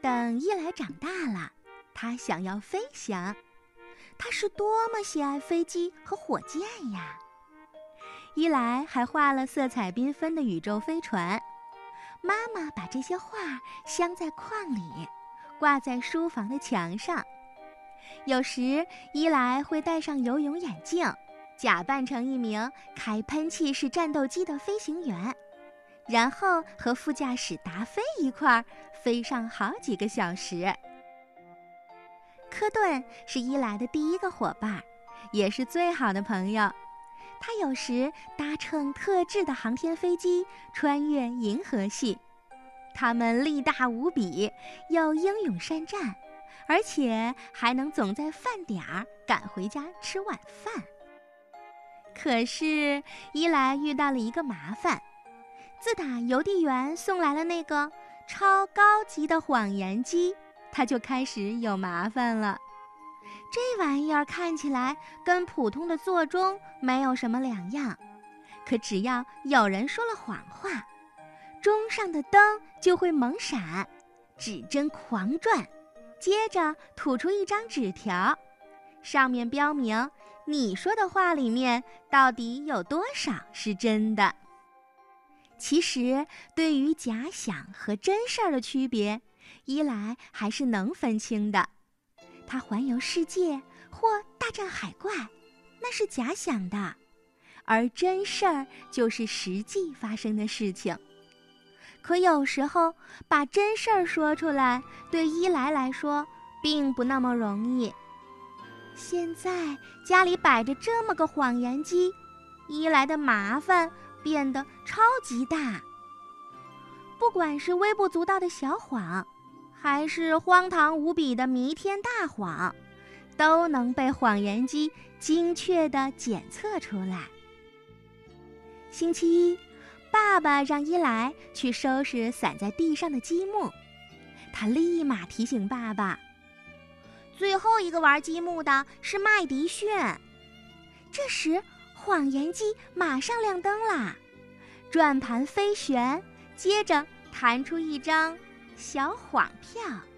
等伊莱长大了，他想要飞翔，他是多么喜爱飞机和火箭呀！伊莱还画了色彩缤纷的宇宙飞船，妈妈把这些画镶在框里，挂在书房的墙上。有时伊莱会戴上游泳眼镜，假扮成一名开喷气式战斗机的飞行员，然后和副驾驶达菲一块儿飞上好几个小时。科顿是伊莱的第一个伙伴，也是最好的朋友。他有时搭乘特制的航天飞机穿越银河系，他们力大无比，又英勇善战，而且还能总在饭点儿赶回家吃晚饭。可是伊莱遇到了一个麻烦，自打邮递员送来了那个超高级的谎言机，他就开始有麻烦了。这玩意儿看起来跟普通的座钟没有什么两样，可只要有人说了谎话，钟上的灯就会猛闪，指针狂转，接着吐出一张纸条，上面标明你说的话里面到底有多少是真的。其实对于假想和真事儿的区别，伊莱还是能分清的。他环游世界或大战海怪，那是假想的，而真事儿就是实际发生的事情。可有时候把真事儿说出来，对伊莱来说并不那么容易。现在家里摆着这么个谎言机，伊莱的麻烦变得超级大。不管是微不足道的小谎，还是荒唐无比的弥天大谎，都能被谎言机精确地检测出来。星期一，爸爸让伊莱去收拾散在地上的积木，他立马提醒爸爸，最后一个玩积木的是麦迪逊。这时谎言机马上亮灯啦，转盘飞旋，接着弹出一张小谎票。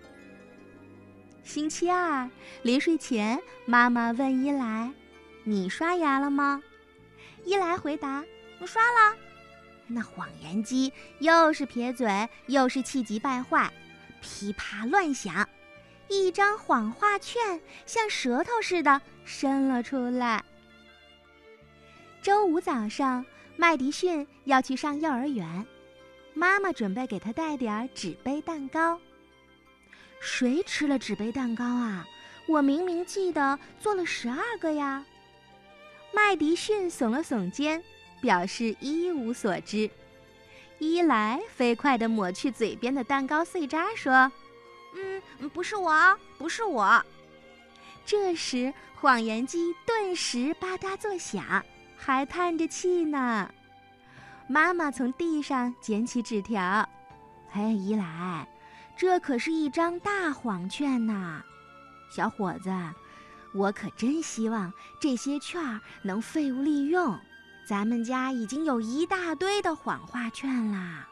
星期二临睡前，妈妈问伊莱，你刷牙了吗？伊莱回答，刷了。那谎言机又是撇嘴又是气急败坏，噼啪乱响，一张谎话券像舌头似的伸了出来。周五早上，麦迪逊要去上幼儿园，妈妈准备给他带点纸杯蛋糕。谁吃了纸杯蛋糕啊？我明明记得做了12个呀。麦迪逊耸了耸肩，表示一无所知。伊莱飞快地抹去嘴边的蛋糕碎渣，说：“不是我，不是我。”这时，谎言机顿时吧嗒作响，还叹着气呢。妈妈从地上捡起纸条，嘿，伊莱，这可是一张大谎券呐！小伙子，我可真希望这些券能废物利用，咱们家已经有一大堆的谎话券啦。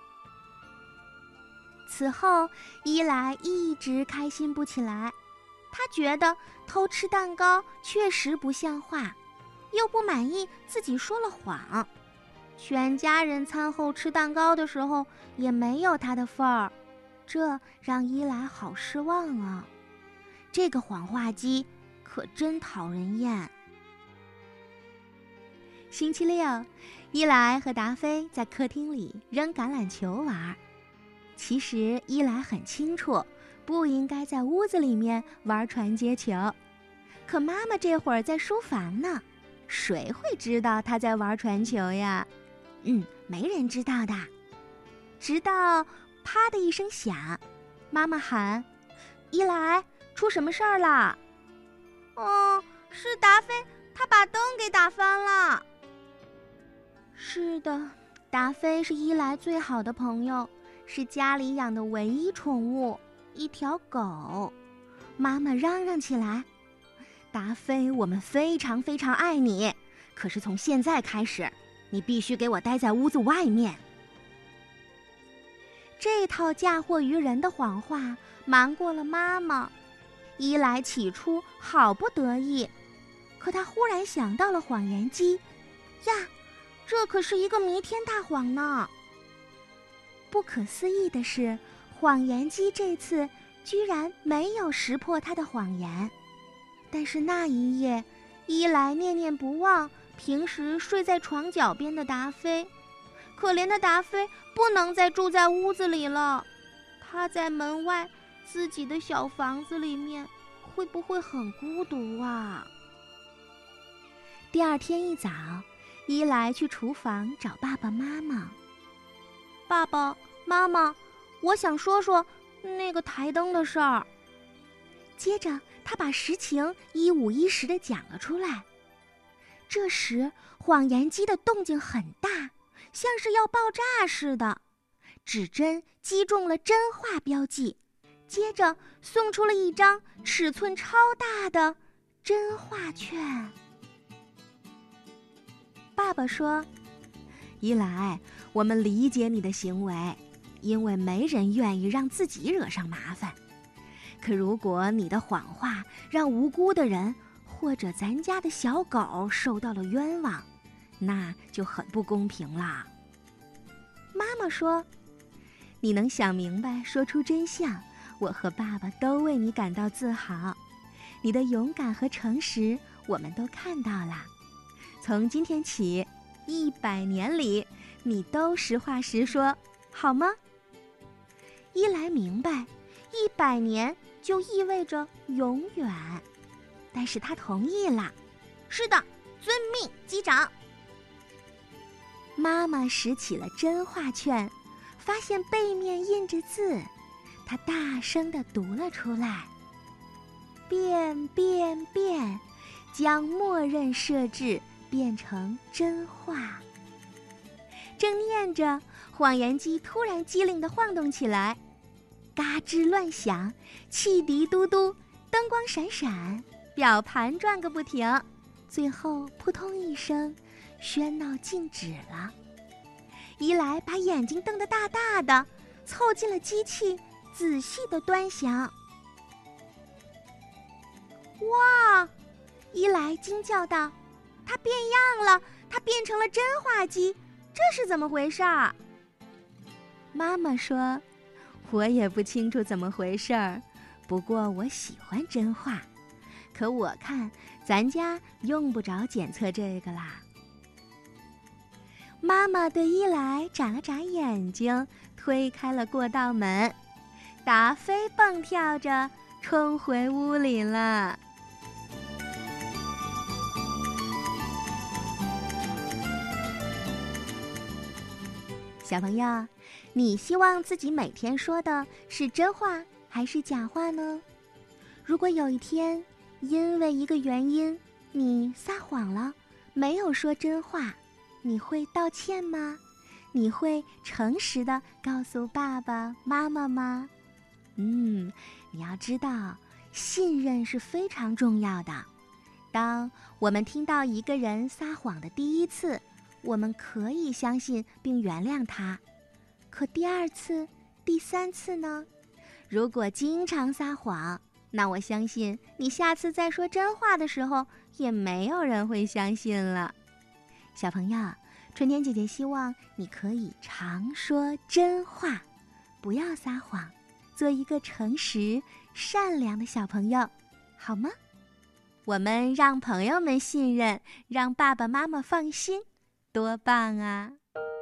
此后，伊莱一直开心不起来，他觉得偷吃蛋糕确实不像话，又不满意自己说了谎。全家人餐后吃蛋糕的时候也没有他的份儿，这让伊莱好失望啊！这个谎话机可真讨人厌。星期六，伊莱和达菲在客厅里扔橄榄球玩。其实伊莱很清楚，不应该在屋子里面玩传接球，可妈妈这会儿在书房呢，谁会知道她在玩传球呀？没人知道的。直到啪的一声响，妈妈喊：“伊莱，出什么事儿啦？”“是达菲，他把灯给打翻了。”“是的，达菲是伊莱最好的朋友，是家里养的唯一宠物，一条狗。”妈妈嚷嚷起来：“达菲，我们非常非常爱你，可是从现在开始，你必须给我待在屋子外面。” 这套嫁祸于人的谎话瞒过了妈妈。伊莱起初好不得意，可他忽然想到了谎言机呀，这可是一个弥天大谎呢。不可思议的是，谎言机这次居然没有识破他的谎言。但是那一夜，伊莱念念不忘平时睡在床脚边的达菲。可怜的达菲不能再住在屋子里了，他在门外自己的小房子里面，会不会很孤独啊？第二天一早，伊莱去厨房找爸爸妈妈。爸爸妈妈，我想说说那个台灯的事儿。接着他把实情一五一十地讲了出来。这时谎言机的动静很大，像是要爆炸似的，指针击中了真话标记，接着送出了一张尺寸超大的真话券。爸爸说：伊莱，我们理解你的行为，因为没人愿意让自己惹上麻烦。可如果你的谎话让无辜的人或者咱家的小狗受到了冤枉，那就很不公平了。妈妈说：你能想明白，说出真相，我和爸爸都为你感到自豪。你的勇敢和诚实，我们都看到了。从今天起，100年里，你都实话实说，好吗？伊莱明白，100年就意味着永远，但是他同意了。是的，遵命，机长。妈妈拾起了真话券，发现背面印着字，她大声地读了出来：变变变，将默认设置变成真话。正念着，谎言机突然机灵地晃动起来，嘎吱乱响，汽笛嘟嘟，灯光闪闪，表盘转个不停，最后扑通一声，喧闹静止了。伊莱把眼睛瞪得大大的，凑近了机器，仔细地端详。哇！伊莱惊叫道：它变样了，它变成了真话机，这是怎么回事儿？妈妈说：我也不清楚怎么回事儿，不过我喜欢真话。可我看咱家用不着检测这个啦。妈妈对伊莱眨了眨眼睛，推开了过道门。达菲蹦跳着冲回屋里了。小朋友，你希望自己每天说的是真话还是假话呢？如果有一天因为一个原因你撒谎了，没有说真话，你会道歉吗？你会诚实地告诉爸爸妈妈吗？你要知道，信任是非常重要的。当我们听到一个人撒谎的第一次，我们可以相信并原谅他。可第二次、第三次呢？如果经常撒谎，那我相信你下次再说真话的时候，也没有人会相信了。小朋友，春天姐姐希望你可以常说真话，不要撒谎，做一个诚实、善良的小朋友，好吗？我们让朋友们信任，让爸爸妈妈放心，多棒啊！